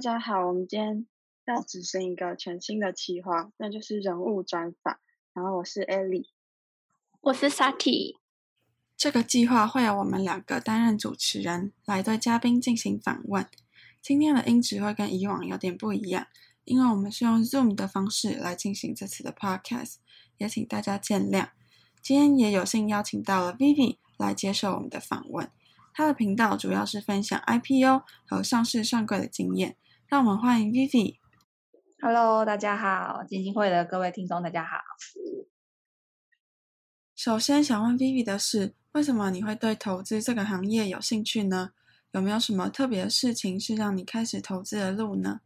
家好，我们今天要执行一个全新的企划，那就是人物专访。然后我是 Ellie， 我是 Saki。 这个计划会由我们2个担任主持人，来对嘉宾进行访问。今天的音质会跟以往有点不一样，因为我们是用 Zoom 的方式来进行这次的 Podcast， 也请大家见谅。今天也有幸邀请到了 Vivi 来接受我们的访问。他的频道主要是分享 IPO 和上市上柜的经验，让我们欢迎 Vivi。 Hello， 大家好，基金会的各位听众大家好。 首先想问 Vivi 的是，为什么你会对投资这个行业有兴趣呢？有没有什么特别的事情是让你开始投资的路呢？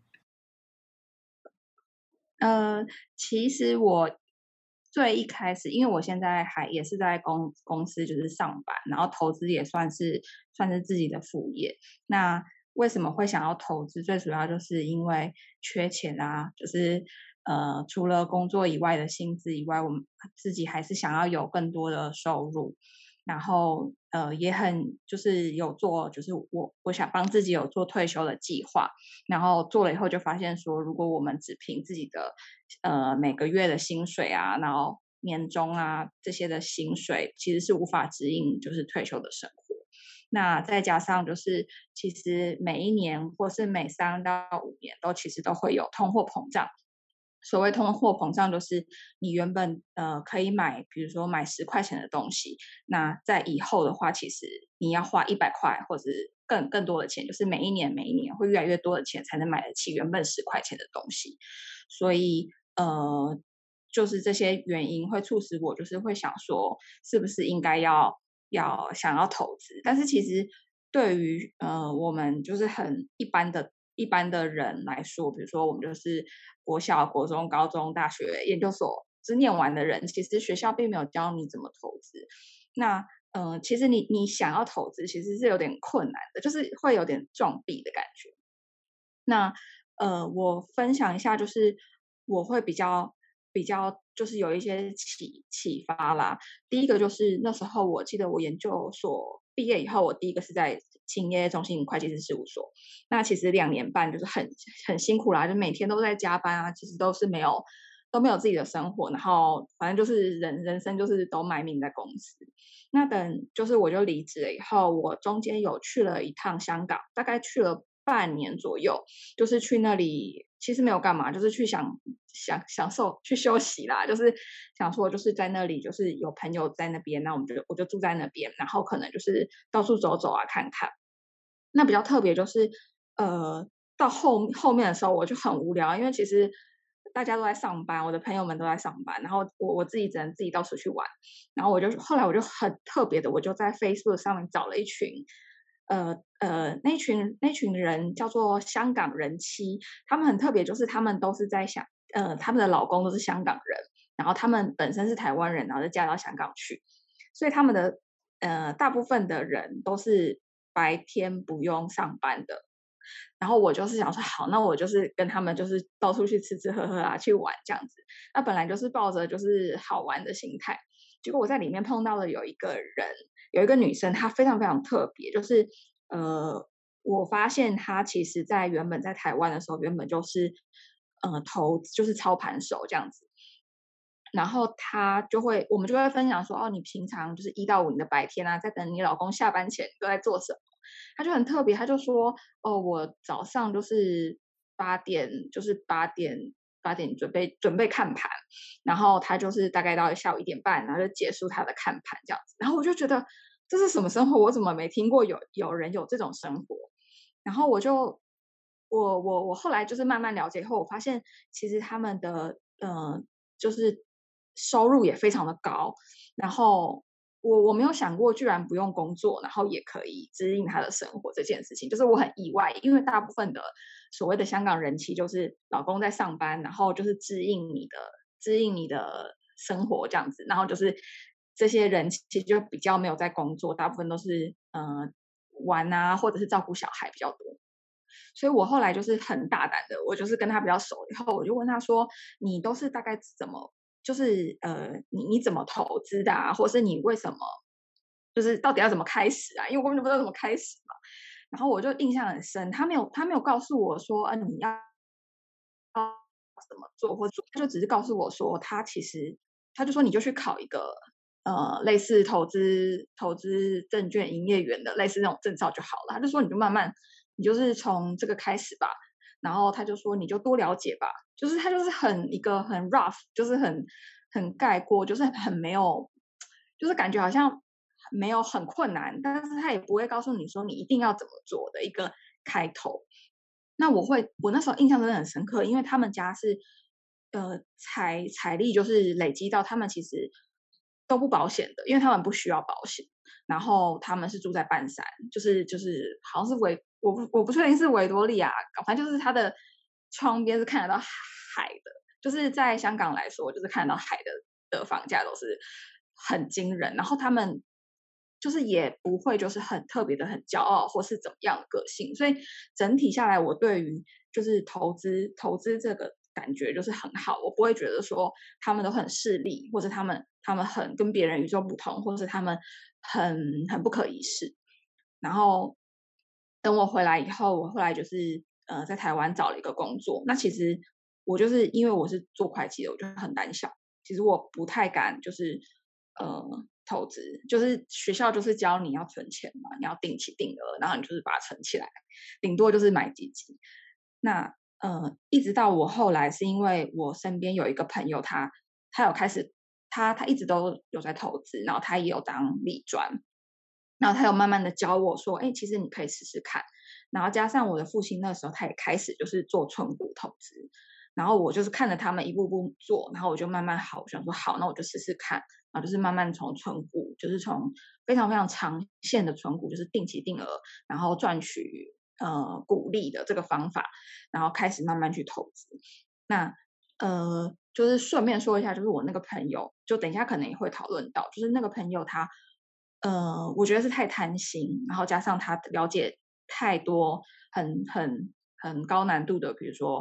其实我最一开始，因为我现在也是在公司就是上班，然后投资也算是自己的副业。那为什么会想要投资？最主要就是因为缺钱啊，就是除了工作以外的薪资以外，我们自己还是想要有更多的收入。然后也很就是有做，就是我想帮自己有做退休的计划，然后做了以后就发现说，如果我们只凭自己的每个月的薪水啊，然后年终啊这些的薪水，其实是无法指引就是退休的生活。那再加上就是其实每一年或是每3到5年其实都会有通货膨胀。所谓通货膨胀就是你原本可以买，比如说买10块钱的东西，那在以后的话，其实你要花100块或者更多的钱，就是每一年会越来越多的钱才能买得起原本10块钱的东西。所以就是这些原因会促使我就是会想说，是不是应该想要投资？但是其实对于我们就是很一般的人来说，比如说我们就是国小、国中、高中、大学、研究所只念完的人，其实学校并没有教你怎么投资。那其实你想要投资，其实是有点困难的，就是会有点撞壁的感觉。那我分享一下，就是我会比较就是有一些启发啦。第一个就是那时候我记得我研究所毕业以后，我第一个是在勤业中心会计师事务所。那其实2年半就是很辛苦啦，就每天都在加班啊，其实都没有自己的生活，然后反正就是人生就是都卖命在公司。那等就是我就离职了以后，我中间有去了一趟香港，大概去了半年左右，就是去那里其实没有干嘛，就是去享受去休息啦，就是想说就是在那里就是有朋友在那边，那我就住在那边，然后可能就是到处走走啊看看。那比较特别就是到后面的时候我就很无聊，因为其实大家都在上班，我的朋友们都在上班，然后我自己只能自己到处去玩。然后后来我就很特别的，我就在 Facebook 上面找了一群那群人叫做香港人妻。他们很特别，就是他们都是在他们的老公都是香港人，然后他们本身是台湾人，然后就嫁到香港去，所以他们的大部分的人都是白天不用上班的。然后我就是想说，好，那我就是跟他们就是到处去吃吃喝喝啊，去玩这样子。那本来就是抱着就是好玩的心态，结果我在里面碰到了有一个女生，她非常非常特别，就是我发现她其实原本在台湾的时候，原本就是就是操盘手这样子。然后我们就会分享说，哦，你平常就是1到5你的白天啊，在等你老公下班前都在做什么？他就很特别，他就说，哦，我早上就是8点准备看盘，然后他就是大概到下午1点半，然后就结束他的看盘这样子。然后我就觉得这是什么生活？我怎么没听过有人有这种生活？然后我后来就是慢慢了解以后，我发现其实他们的就是收入也非常的高，然后我没有想过居然不用工作，然后也可以指引他的生活这件事情，就是我很意外，因为大部分的所谓的香港人妻就是老公在上班，然后就是指引你的生活这样子，然后就是这些人其实就比较没有在工作，大部分都是玩啊，或者是照顾小孩比较多。所以我后来就是很大胆的，我就是跟他比较熟以后，我就问他说，你都是大概怎么就是你怎么投资的啊，或是你为什么就是到底要怎么开始啊，因为我根本就不知道怎么开始嘛。 然后我就印象很深，他没有告诉我说，你要怎么做，或者他就只是告诉我说，他就说你就去考一个类似投资证券营业员的类似那种证照就好了。他就说你就慢慢，你就是从这个开始吧。然后他就说你就多了解吧，就是他就是一个很 rough， 就是很概括，就是很没有，就是感觉好像没有很困难，但是他也不会告诉你说你一定要怎么做的一个开头。那我那时候印象真的很深刻，因为他们家是财力就是累积到他们其实都不保险的，因为他们不需要保险。然后他们是住在半山，就是好像是我不确定是维多利亚，反正就是他的窗边是看得到海的，就是在香港来说，就是看得到海的房价都是很惊人。然后他们就是也不会就是很特别的很骄傲或是怎么样的个性，所以整体下来，我对于就是投资这个感觉就是很好，我不会觉得说他们都很势利，或者他们很跟别人与众不同，或是他们很不可一世。然后等我回来以后，我后来就是在台湾找了一个工作。那其实我就是因为我是做会计的，我就很胆小，其实我不太敢就是投资，就是学校就是教你要存钱嘛，你要定期定额，然后你就是把它存起来，顶多就是买基金。那一直到我后来是因为我身边有一个朋友他有开始他一直都有在投资，然后他也有当理专，然后他有慢慢的教我说，其实你可以试试看。然后加上我的父亲那时候他也开始就是做存股投资，然后我就是看着他们一步步做，然后我就慢慢好，我想说好，那我就试试看。然后就是慢慢从存股，就是从非常非常长线的存股，就是定期定额，然后赚取股利的这个方法，然后开始慢慢去投资。那就是顺便说一下，就是我那个朋友，就等一下可能也会讨论到，就是那个朋友他我觉得是太贪心，然后加上他了解太多很高难度的，比如说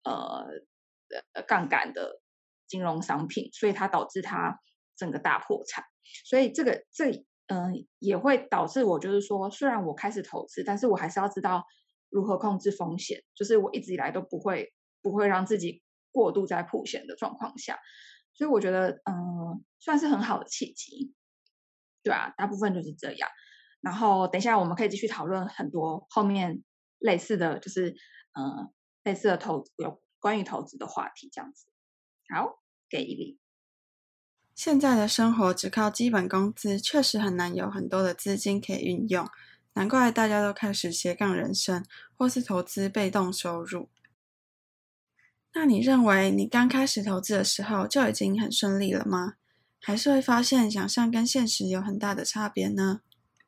杠杆的金融商品，所以它导致他整个大破产。所以也会导致我就是说，虽然我开始投资，但是我还是要知道如何控制风险，就是我一直以来都不会让自己过度在曝险的状况下。所以我觉得算是很好的契机。对啊，大部分就是这样。然后等一下我们可以继续讨论很多后面类似的就是类似的有关于投资的话题这样子。好，给一例。 现在的生活只靠基本工资，确实很难有很多的资金可以运用，难怪大家都开始斜杠人生，或是投资被动收入。那你认为你刚开始投资的时候就已经很顺利了吗？还是会发现想象跟现实有很大的差别呢？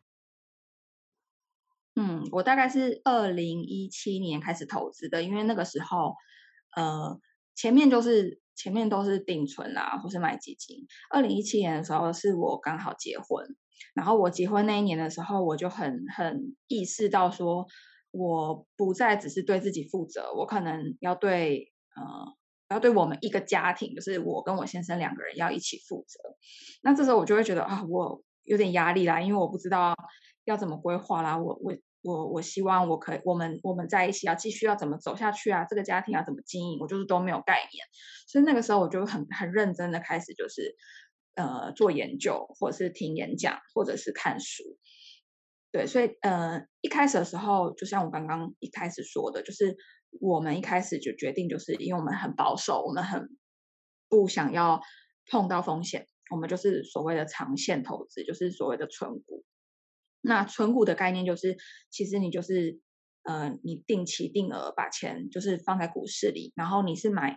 我大概是2017年开始投资的，因为那个时候前面都是定存啊，或是买基金。2017年的时候是我刚好结婚，然后我结婚那一年的时候，我就很意识到说，我不再只是对自己负责，我可能要对我们一个家庭，就是我跟我先生两个人要一起负责。那这时候我就会觉得我有点压力啦，因为我不知道要怎么规划啦，我希望我们在一起要继续要怎么走下去啊，这个家庭要怎么经营，我就是都没有概念。所以那个时候我就很认真的开始就是做研究，或者是听演讲，或者是看书。对，所以一开始的时候，就像我刚刚一开始说的，就是我们一开始就决定，就是因为我们很保守，我们很不想要碰到风险，我们就是所谓的长线投资，就是所谓的存股。那存股的概念就是，其实你就是你定期定额把钱就是放在股市里，然后你是买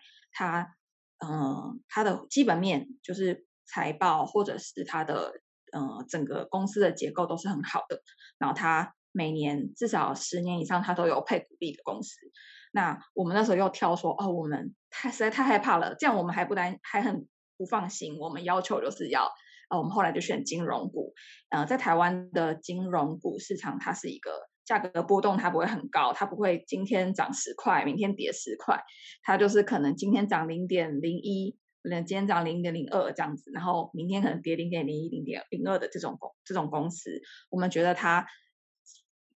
它的基本面，就是财报或者是它的整个公司的结构都是很好的，然后它每年至少10年以上它都有配股利的公司。那我们那时候又挑说，我们实在太害怕了，这样我们还很不放心，我们要求就是要我们后来就选金融股。在台湾的金融股市场，它是一个价格波动，它不会很高，它不会今天涨10块，明天跌10块，它就是可能今天涨0.01，可能今天涨0.02这样子，然后明天可能跌0.01、0.02的这种公司，我们觉得它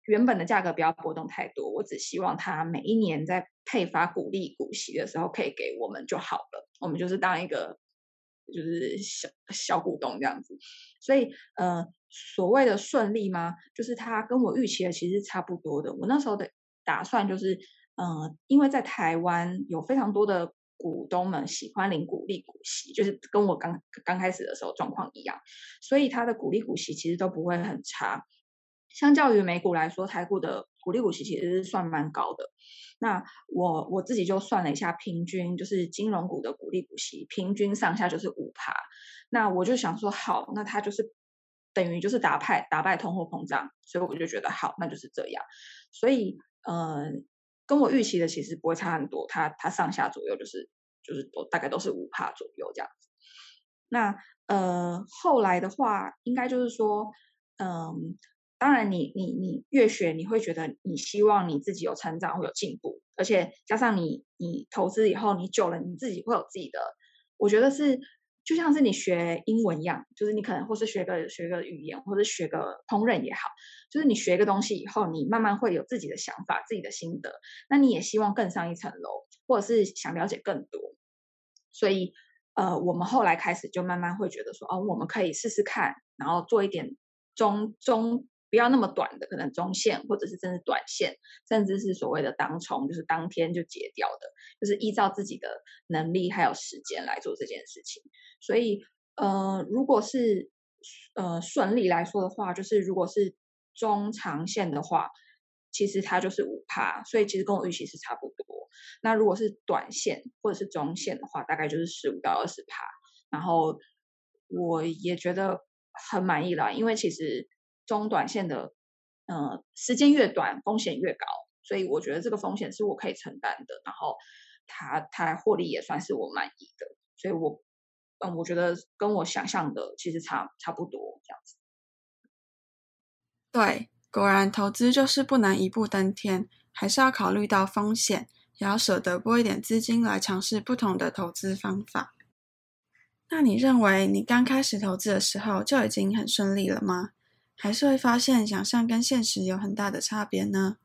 原本的价格不要波动太多，我只希望它每一年在配发股利股息的时候可以给我们就好了，我们就是当一个就是小股东这样子。所以所谓的顺利吗？就是它跟我预期的其实差不多的。我那时候的打算就是因为在台湾有非常多的股东们喜欢领股利股息，就是跟我刚开始的时候状况一样，所以它的股利股息其实都不会很差。相较于美股来说，台股的股利股息其实是算蛮高的。那我自己就算了一下，平均就是金融股的股利股息，平均上下就是5%。那我就想说，好，那它就是等于就是打败通货膨胀，所以我就觉得好，那就是这样。所以跟我预期的其实不会差很多，它上下左右就是大概都是5%左右这样子。那后来的话，应该就是说，当然你越学，你会觉得你希望你自己有成长，会有进步，而且加上你投资以后，你久了你自己会有自己的，我觉得是就像是你学英文一样，就是你可能或是学个语言，或者学个烹饪也好，就是你学一个东西以后，你慢慢会有自己的想法、自己的心得，那你也希望更上一层楼，或者是想了解更多，所以我们后来开始就慢慢会觉得说，我们可以试试看，然后做一点中不要那么短的，可能中线或者是甚至短线，甚至是所谓的当冲，就是当天就结掉的，就是依照自己的能力还有时间来做这件事情。所以如果是顺利来说的话，就是如果是中长线的话，其实它就是5%，所以其实跟我预期是差不多。那如果是短线或者是中线的话，大概就是15%到20%。然后我也觉得很满意啦，因为其实中短线的时间越短，风险越高，所以我觉得这个风险是我可以承担的。然后它获利也算是我满意的，所以我觉得跟我想象的其实差不多这样子。 对，果然投资就是不能一步登天，还是要考虑到风险，也要舍得拨一点资金来尝试不同的投资方法。那你认为你刚开始投资的时候就已经很顺利了吗？还是会发现想象跟现实有很大的差别呢？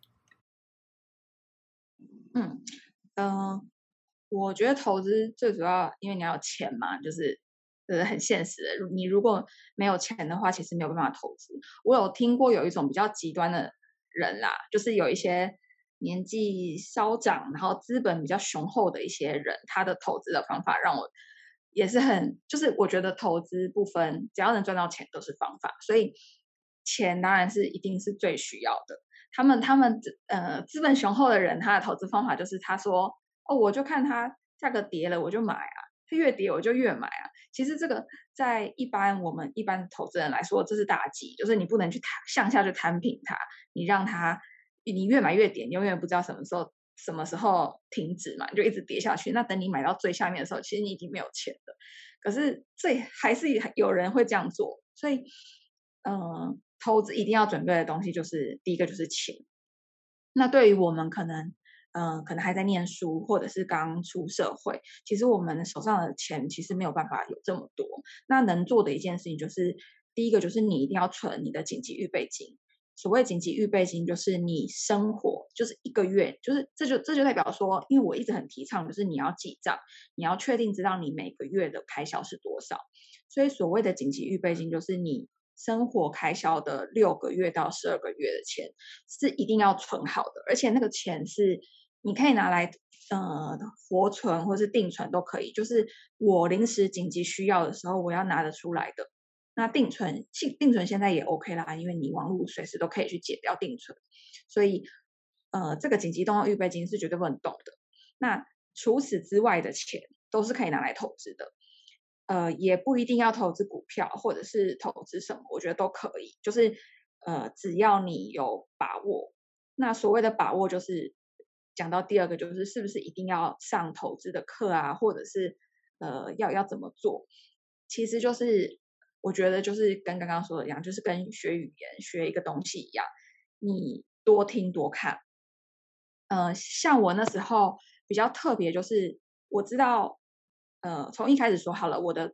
我觉得投资最主要，因为你要有钱嘛，就是很现实的。你如果没有钱的话，其实没有办法投资。我有听过有一种比较极端的人啦，就是有一些年纪稍长，然后资本比较雄厚的一些人，他的投资的方法让我也是就是我觉得投资不分，只要能赚到钱都是方法，所以钱当然是一定是最需要的。他们资本雄厚的人，他的投资方法就是他说，我就看它价格跌了我就买啊，它越跌我就越买啊。其实这个在我们一般投资人来说，这是大忌，就是你不能去向下去摊平它，你让它你越买越跌，你永远不知道什么时候停止嘛，你就一直跌下去。那等你买到最下面的时候，其实你已经没有钱了。可是还是有人会这样做，所以投资一定要准备的东西就是第一个就是钱。那对于我们可能还在念书，或者是刚出社会，其实我们手上的钱其实没有办法有这么多。那能做的一件事情就是，第一个就是你一定要存你的紧急预备金。所谓紧急预备金，就是你生活就是1个月，就是这就代表说，因为我一直很提倡，就是你要记账，你要确定知道你每个月的开销是多少。所以所谓的紧急预备金，就是你生活开销的6个月到12个月的钱是一定要存好的，而且那个钱是你可以拿来活存或是定存都可以，就是我临时紧急需要的时候我要拿得出来的。那定存现在也 OK 啦，因为你网络随时都可以去解掉定存，所以这个紧急动用预备金是绝对不能动的。那除此之外的钱都是可以拿来投资的。也不一定要投资股票或者是投资什么，我觉得都可以，就是只要你有把握。那所谓的把握就是讲到第二个，就是是不是一定要上投资的课啊，或者是要怎么做。其实就是我觉得就是跟刚刚说的一样，就是跟学语言学一个东西一样，你多听多看。像我那时候比较特别，就是我知道从一开始说好了，我的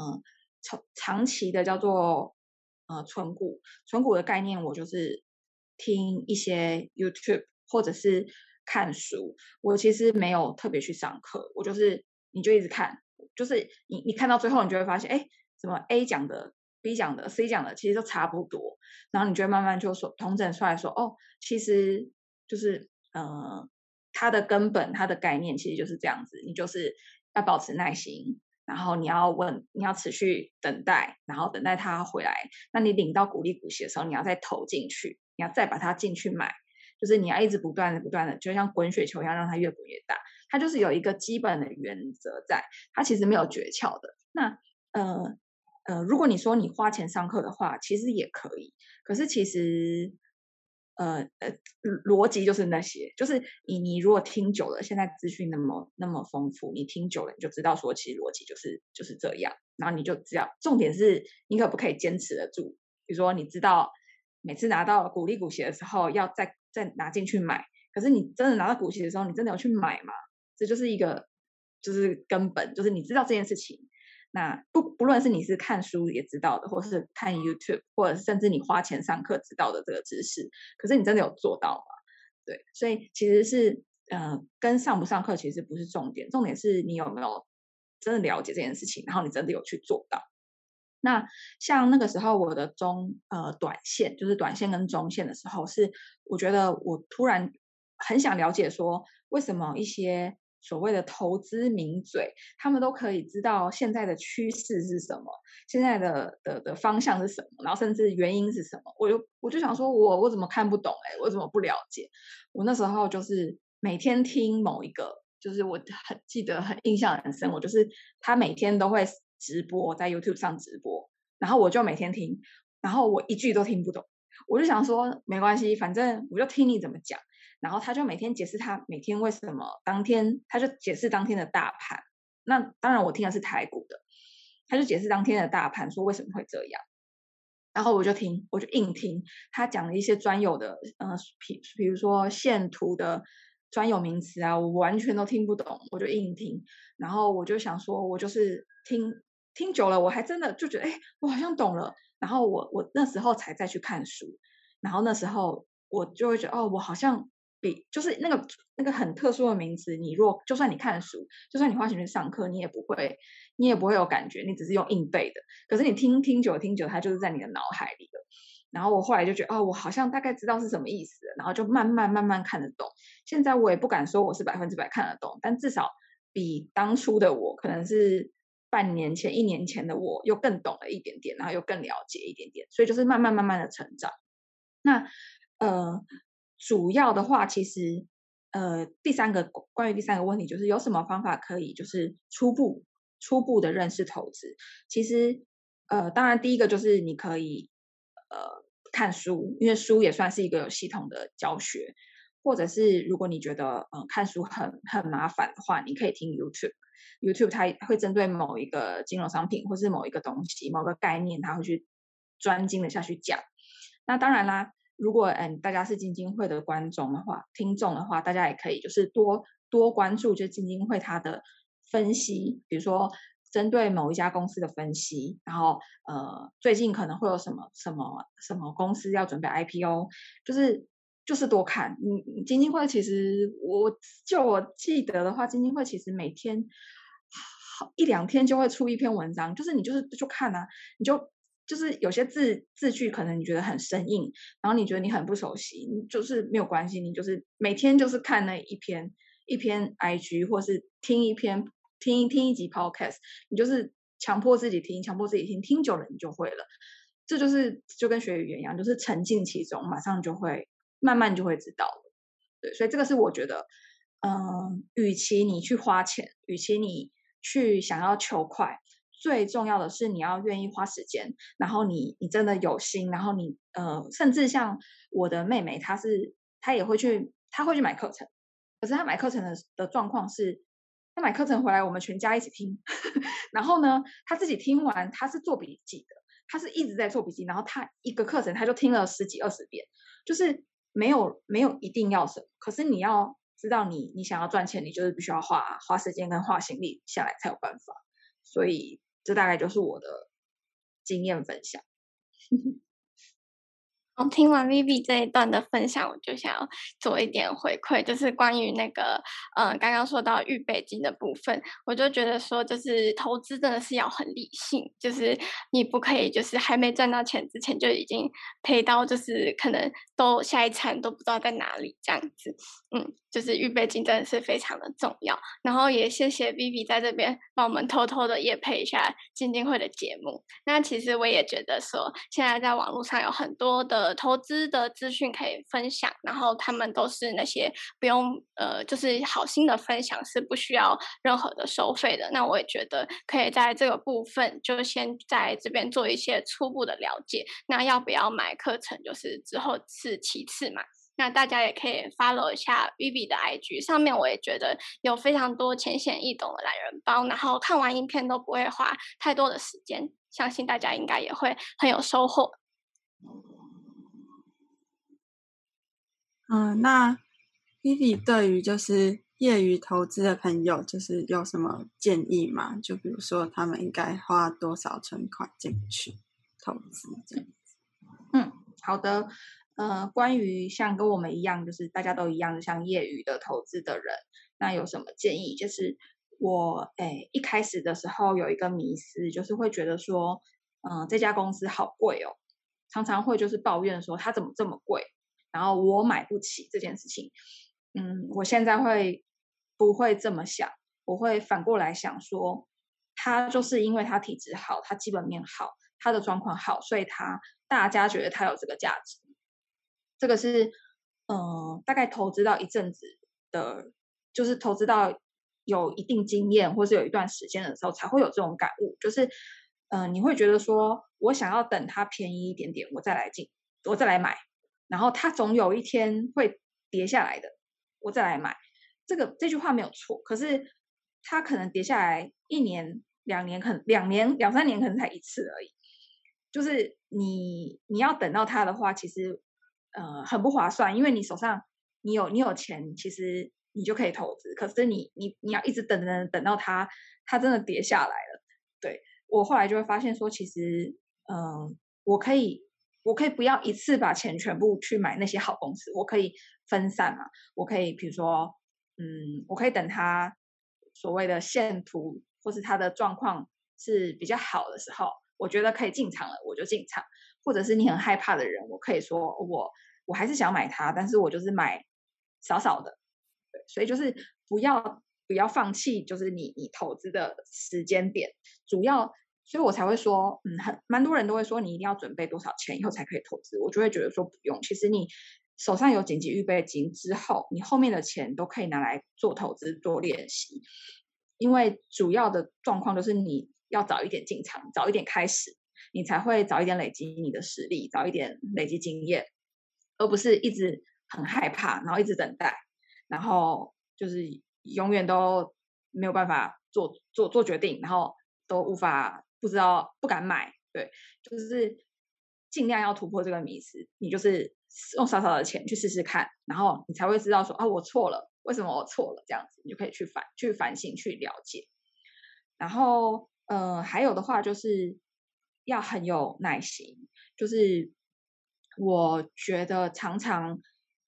长期的叫做存股的概念，我就是听一些 YouTube 或者是看书。我其实没有特别去上课，我就是你就一直看，就是你看到最后，你就会发现，哎，怎么 A 讲的、B 讲的、C 讲的其实都差不多，然后你就会慢慢就说统整出来说，哦，其实就是它的根本、它的概念其实就是这样子，你就是要保持耐心。然后你要持续等待，然后等待它回来。那你领到股利股息的时候，你要再投进去，你要再把它进去买，就是你要一直不断的，就像滚雪球一样，让它越滚越大。它就是有一个基本的原则在，它其实没有诀窍的。那如果你说你花钱上课的话，其实也可以，可是其实逻辑就是那些，就是你如果听久了，现在资讯那么丰富，你听久了你就知道说，其实逻辑就是这样，然后你就只要重点是你可不可以坚持得住，比如说你知道每次拿到股利股息的时候要再拿进去买，可是你真的拿到股息的时候，你真的有去买吗？这就是一个就是根本，就是你知道这件事情。那不论是你是看书也知道的，或是看 YouTube， 或者是甚至你花钱上课知道的这个知识，可是你真的有做到吗？对，所以其实是跟上不上课其实不是重点，重点是你有没有真的了解这件事情，然后你真的有去做到。那像那个时候我的短线，就是短线跟中线的时候，是我觉得我突然很想了解说，为什么一些所谓的投资名嘴，他们都可以知道现在的趋势是什么，现在的方向是什么，然后甚至原因是什么。我就想说我怎么看不懂我怎么不了解？我那时候就是每天听某一个，就是我很记得很印象很深，我就是他每天都会直播在 YouTube 上直播，然后我就每天听，然后我一句都听不懂，我就想说没关系，反正我就听你怎么讲。然后他就每天解释他每天为什么当天，他就解释当天的大盘。那当然我听的是台股的，他就解释当天的大盘，说为什么会这样。然后我就硬听他讲的一些专有的比如说线图的专有名词啊，我完全都听不懂，我就硬听。然后我就想说，我就是听久了，我还真的就觉得，哎，我好像懂了。然后我那时候才再去看书，然后那时候我就会觉得，哦，我好像就是那个很特殊的名词，就算你看书，就算你花钱去上课，你也不会有感觉，你只是用硬背的。可是你听久，它就是在你的脑海里了。然后我后来就觉得，哦，我好像大概知道是什么意思了，然后就慢慢看得懂。现在我也不敢说我是100%看得懂，但至少比当初的我，可能是半年前、1年前的我，又更懂了一点点，然后又更了解一点点，所以就是慢慢的成长。那主要的话，其实关于第三个问题，就是有什么方法可以就是初步的认识投资？其实当然第一个就是你可以看书，因为书也算是一个有系统的教学，或者是如果你觉得看书很麻烦的话，你可以听 YouTube 它会针对某一个金融商品或是某一个东西、某个概念，它会去专精的下去讲。那当然啦，如果大家是基金会的听众的话，大家也可以就是多关注就基金会它的分析，比如说针对某一家公司的分析，然后最近可能会有什么公司要准备 IPO，就是多看。基金会其实我记得的话，基金会其实每天1-2天就会出一篇文章，就是你就看啊，你就是有些字句可能你觉得很生硬，然后你觉得你很不熟悉，你就是没有关系，你就是每天就是看那一篇 IG， 或是听一集 podcast， 你就是强迫自己听，听久了你就会了。这就跟学语言一样，就是沉浸其中，马上就会慢慢就会知道了。对，所以这个是我觉得，与其你去花钱，与其你去想要求快，最重要的是你要愿意花时间，然后你真的有心，然后你甚至像我的妹妹，她会去买课程，可是她买课程的状况是，她买课程回来我们全家一起听，然后呢，她自己听完，她是做笔记的，她是一直在做笔记，然后她一个课程她就听了10几20遍，就是没有一定要什么，可是你要知道你想要赚钱，你就是必须要花时间跟花心力下来才有办法，所以这大概就是我的经验分享。 听完 Vivi 这一段的分享，我就想要做一点回馈，就是关于那个刚刚说到预备金的部分，我就觉得说，就是投资真的是要很理性，就是你不可以就是还没赚到钱之前就已经赔到，就是可能都下一餐都不知道在哪里这样子。就是预备金真的是非常的重要。然后也谢谢 Vivi 在这边帮我们偷偷的业配一下基金会的节目。那其实我也觉得说，现在在网络上有很多的投资的资讯可以分享，然后他们都是那些不用就是好心的分享，是不需要任何的收费的。那我也觉得可以在这个部分就先在这边做一些初步的了解。那要不要买课程，就是之后是其次嘛。那大家也可以 follow 一下 Vivi 的 IG，上面我也觉得有非常多浅显易懂的懒人包，然后看完影片都不会花太多的时间，相信大家应该也会很有收获。 那 Vivi 对于就是业余投资的朋友，就是有什么建议吗？就比如说他们应该花多少存款进去投资这样子？ 好的。关于像跟我们一样，就是大家都一样，像业余的投资的人，那有什么建议？就是我一开始的时候有一个迷思，就是会觉得说，这家公司好贵哦，常常会就是抱怨说它怎么这么贵，然后我买不起这件事情。我现在不会这么想，我会反过来想说，他就是因为他体质好，他基本面好，他的状况好，所以大家觉得他有这个价值。这个是大概投资到一阵子的，就是投资到有一定经验或是有一段时间的时候，才会有这种感悟。就是你会觉得说，我想要等它便宜一点点，我再来买，然后它总有一天会跌下来的，我再来买。这句话没有错，可是它可能跌下来1年、2年，可能2、3年可能才一次而已。就是你要等到它的话，其实很不划算，因为你手上你有钱，其实你就可以投资，可是你要一直等到它真的跌下来了。对，我后来就会发现说，其实我可以不要一次把钱全部去买那些好公司，我可以分散嘛，我可以比如说我可以等它所谓的线图或是它的状况是比较好的时候，我觉得可以进场了，我就进场。或者是你很害怕的人，我可以说我还是想买它，但是我就是买少少的。对，所以就是不要放弃，就是你投资的时间点，所以我才会说，蛮多人都会说你一定要准备多少钱以后才可以投资，我就会觉得说不用，其实你手上有紧急预备金之后，你后面的钱都可以拿来做投资做练习，因为主要的状况就是你要早一点进场，早一点开始，你才会早一点累积你的实力，早一点累积经验，而不是一直很害怕，然后一直等待，然后就是永远都没有办法做决定，然后都不知道不敢买。对，就是尽量要突破这个迷思，你就是用少少的钱去试试看，然后你才会知道说我错了，为什么我错了，这样子你就可以去反省去了解。然后还有的话就是要很有耐心，就是我觉得常常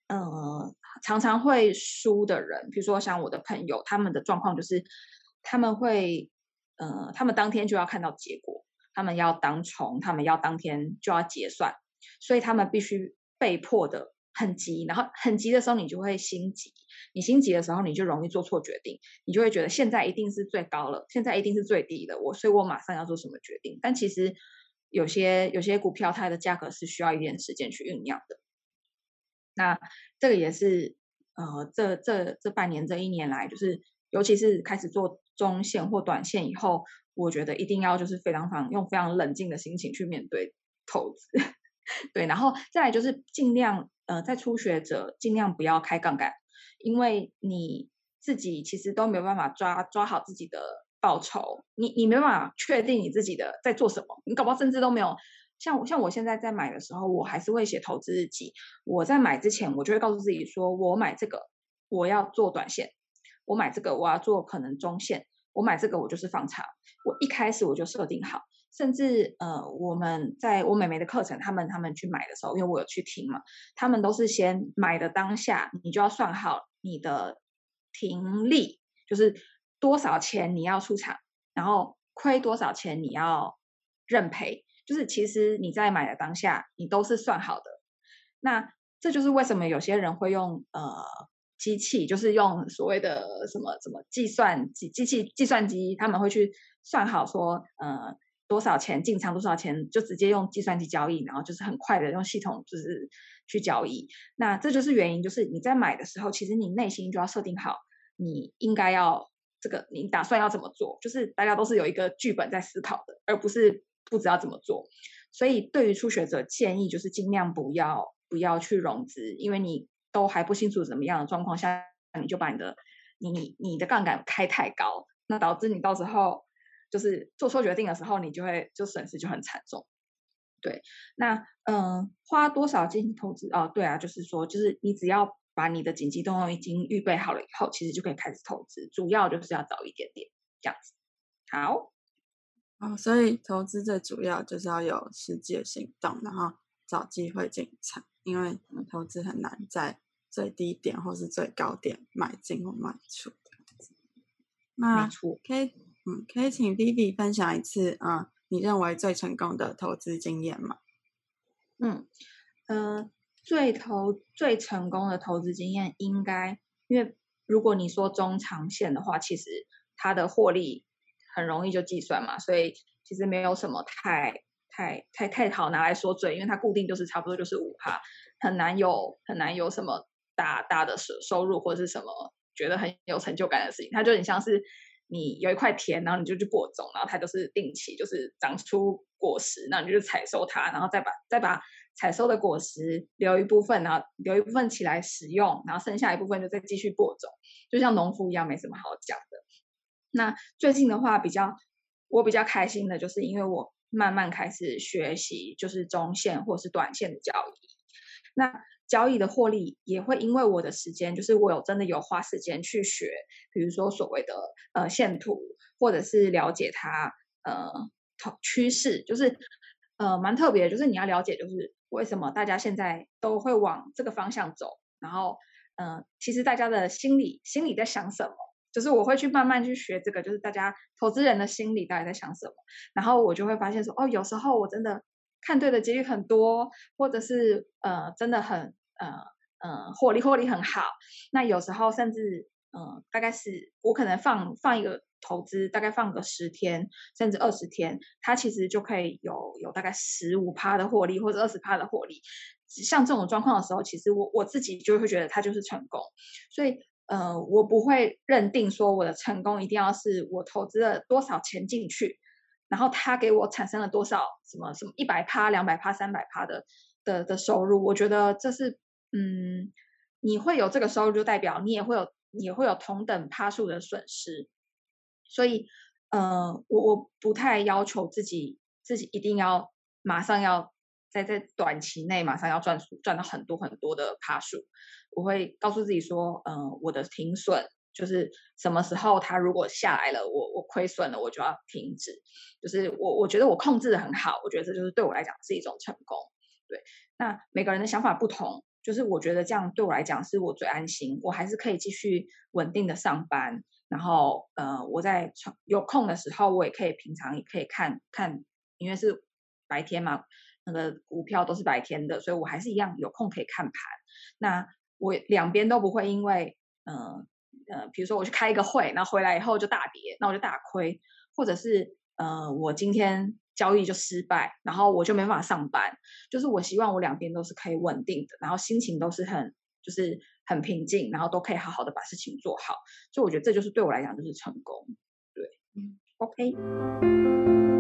会输的人，比如说像我的朋友，他们的状况就是他们当天就要看到结果，他们要当冲，他们要当天就要结算，所以他们必须被迫的很急，然后很急的时候你就会心急，你心急的时候你就容易做错决定，你就会觉得现在一定是最高了，现在一定是最低的，所以我马上要做什么决定。但其实有些股票它的价格是需要一点时间去酝酿的。那这个也是这半年这1年来，就是尤其是开始做中线或短线以后，我觉得一定要就是用非常冷静的心情去面对投资。对，然后再来就是尽量在初学者尽量不要开杠杆，因为你自己其实都没有办法抓好自己的报酬，你没办法确定你自己的在做什么，你搞不好甚至都没有。像我现在在买的时候，我还是会写投资日记。我在买之前，我就会告诉自己说，我买这个我要做短线，我买这个我要做可能中线，我买这个我就是放长。我一开始我就设定好， 甚至我妹妹的课程，他们去买的时候，因为我有去听嘛，他们都是先买的当下，你就要算好你的停利，就是多少钱你要出场，然后亏多少钱你要认赔，就是其实你在买的当下，你都是算好的。那这就是为什么有些人会用机器，就是用所谓的什么计算机，他们会去算好说多少钱进场，多少钱就直接用计算机交易，然后就是很快的用系统就是去交易。那这就是原因，就是你在买的时候，其实你内心就要设定好，你应该要你打算要怎么做，就是大家都是有一个剧本在思考的，而不是不知道怎么做。所以对于初学者建议就是尽量不要去融资，因为你都还不清楚怎么样的状况下，你就把你的杠杆开太高，那导致你到时候就是做错决定的时候，你就损失就很惨重。对，那花多少进行投资对啊，就是说，就是你只要把你的紧急动用已经预备好了以后，其实就可以开始投资，主要就是要早一点点这样子。好。 所以投资最主要就是要有实际的行动，然后找机会进场，因为投资很难在最低点或是最高点买进或卖出。那没错， 可以请 Vivi 分享一次你认为最成功的投资经验吗？ 最成功的投资经验应该，因为如果你说中长线的话，其实它的获利很容易就计算嘛，所以其实没有什么太好拿来说嘴，因为它固定就是差不多就是5%，很难有什么大的收入或者是什么觉得很有成就感的事情，它就很像是你有一块田，然后你就去播种，然后它就是定期就是长出果实，然后你就去采收它，然后再把采收的果实留一部分，然后留一部分起来使用，然后剩下一部分就再继续播种，就像农夫一样，没什么好讲的。那最近的话，我比较开心的就是因为我慢慢开始学习就是中线或是短线的交易，那交易的获利也会因为我的时间，就是我真的有花时间去学，比如说所谓的线图，或者是了解它趋势，就是蛮特别的，就是你要了解就是为什么大家现在都会往这个方向走，然后其实大家的心里在想什么，就是我会去慢慢去学这个，就是大家投资人的心理到底在想什么，然后我就会发现说有时候我真的看对的几率很多，或者是真的很获利很好。那有时候甚至大概是我可能放一个投资，大概放个10天甚至20天，它其实就可以有大概15%的获利或者20%的获利。像这种状况的时候，其实我自己就会觉得它就是成功。所以我不会认定说我的成功一定要是我投资了多少钱进去，然后它给我产生了多少什么100%、200%、300%的收入。我觉得这是你会有这个收入，就代表你也会有同等趴数的损失。所以我不太要求自己一定要马上要在短期内马上要赚到很多很多的趴数。我会告诉自己说我的停损就是什么时候它如果下来了，我亏损了，我就要停止。就是我觉得我控制得很好，我觉得这就是对我来讲是一种成功。对，那每个人的想法不同，就是我觉得这样对我来讲是我最安心，我还是可以继续稳定的上班，然后我在有空的时候，我也可以平常也可以看，因为是白天嘛，那个股票都是白天的，所以我还是一样有空可以看盘。那我两边都不会因为比如说我去开一个会，然后回来以后就大跌，那我就大亏，或者是我今天交易就失败，然后我就没办法上班。就是我希望我两边都是可以稳定的，然后心情都是就是很平静，然后都可以好好的把事情做好。所以我觉得这就是对我来讲就是成功。对，OK。